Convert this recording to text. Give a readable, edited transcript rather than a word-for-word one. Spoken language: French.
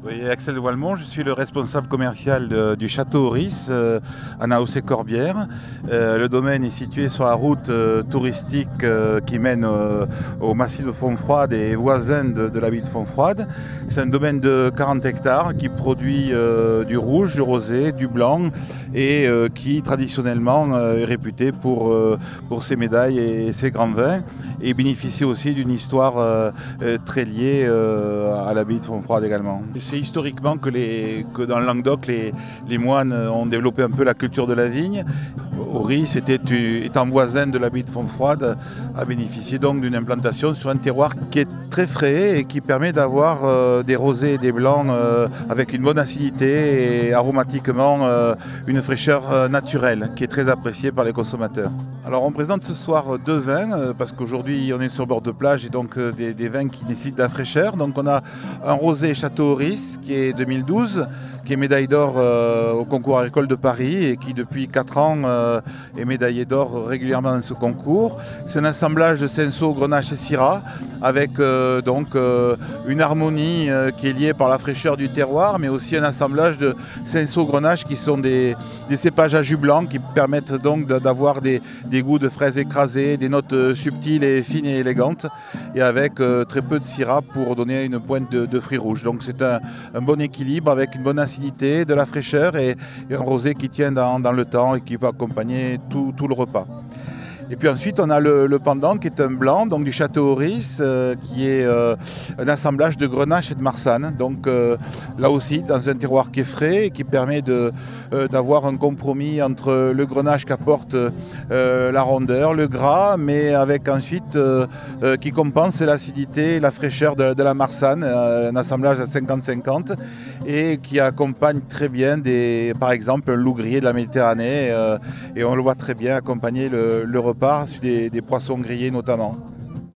Oui, Axel de Walmont, je suis le responsable commercial du château Auris à Naoussé-Corbière. Le domaine est situé sur la route touristique qui mène au massif de Fontfroide et voisin de la ville de Fontfroide. C'est un domaine de 40 hectares qui produit du rouge, du rosé, du blanc et qui traditionnellement est réputé pour ses médailles et ses grands vins et bénéficie aussi d'une histoire très liée à l'abbaye de Fontfroide également. C'est historiquement que dans le Languedoc, les moines ont développé un peu la culture de la vigne. Auris, étant voisin de l'abbaye de Fontfroide, a bénéficié donc d'une implantation sur un terroir qui est très frais et qui permet d'avoir des rosés et des blancs avec une bonne acidité et aromatiquement une fraîcheur naturelle qui est très appréciée par les consommateurs. Alors on présente ce soir deux vins parce qu'aujourd'hui on est sur bord de plage et donc des vins qui nécessitent de la fraîcheur. Donc on a un rosé Château Auris qui est 2012, qui est médaille d'or au concours agricole de Paris et qui depuis 4 ans est médaillé d'or régulièrement dans ce concours. C'est un assemblage de Cinsault, Grenache et Syrah avec une harmonie qui est liée par la fraîcheur du terroir, mais aussi un assemblage de Cinsault, Grenache qui sont des cépages à jus blanc qui permettent donc d'avoir des goûts de fraises écrasées, des notes subtiles et fines et élégantes, et avec très peu de Syrah pour donner une pointe de fruits rouges. Donc c'est un bon équilibre avec une bonne acidité, de la fraîcheur et un rosé qui tient dans le temps et qui va accompagner tout le repas. Et puis ensuite, on a le pendant qui est un blanc, donc du Château Auris, qui est un assemblage de Grenache et de Marsanne. Donc là aussi, dans un terroir qui est frais et qui permet d'avoir un compromis entre le Grenache qui apporte la rondeur, le gras, mais avec ensuite qui compense l'acidité et la fraîcheur de la Marsanne, un assemblage à 50-50 et qui accompagne très bien par exemple un loup grillé de la Méditerranée et on le voit très bien accompagner le repas sur des poissons grillés notamment.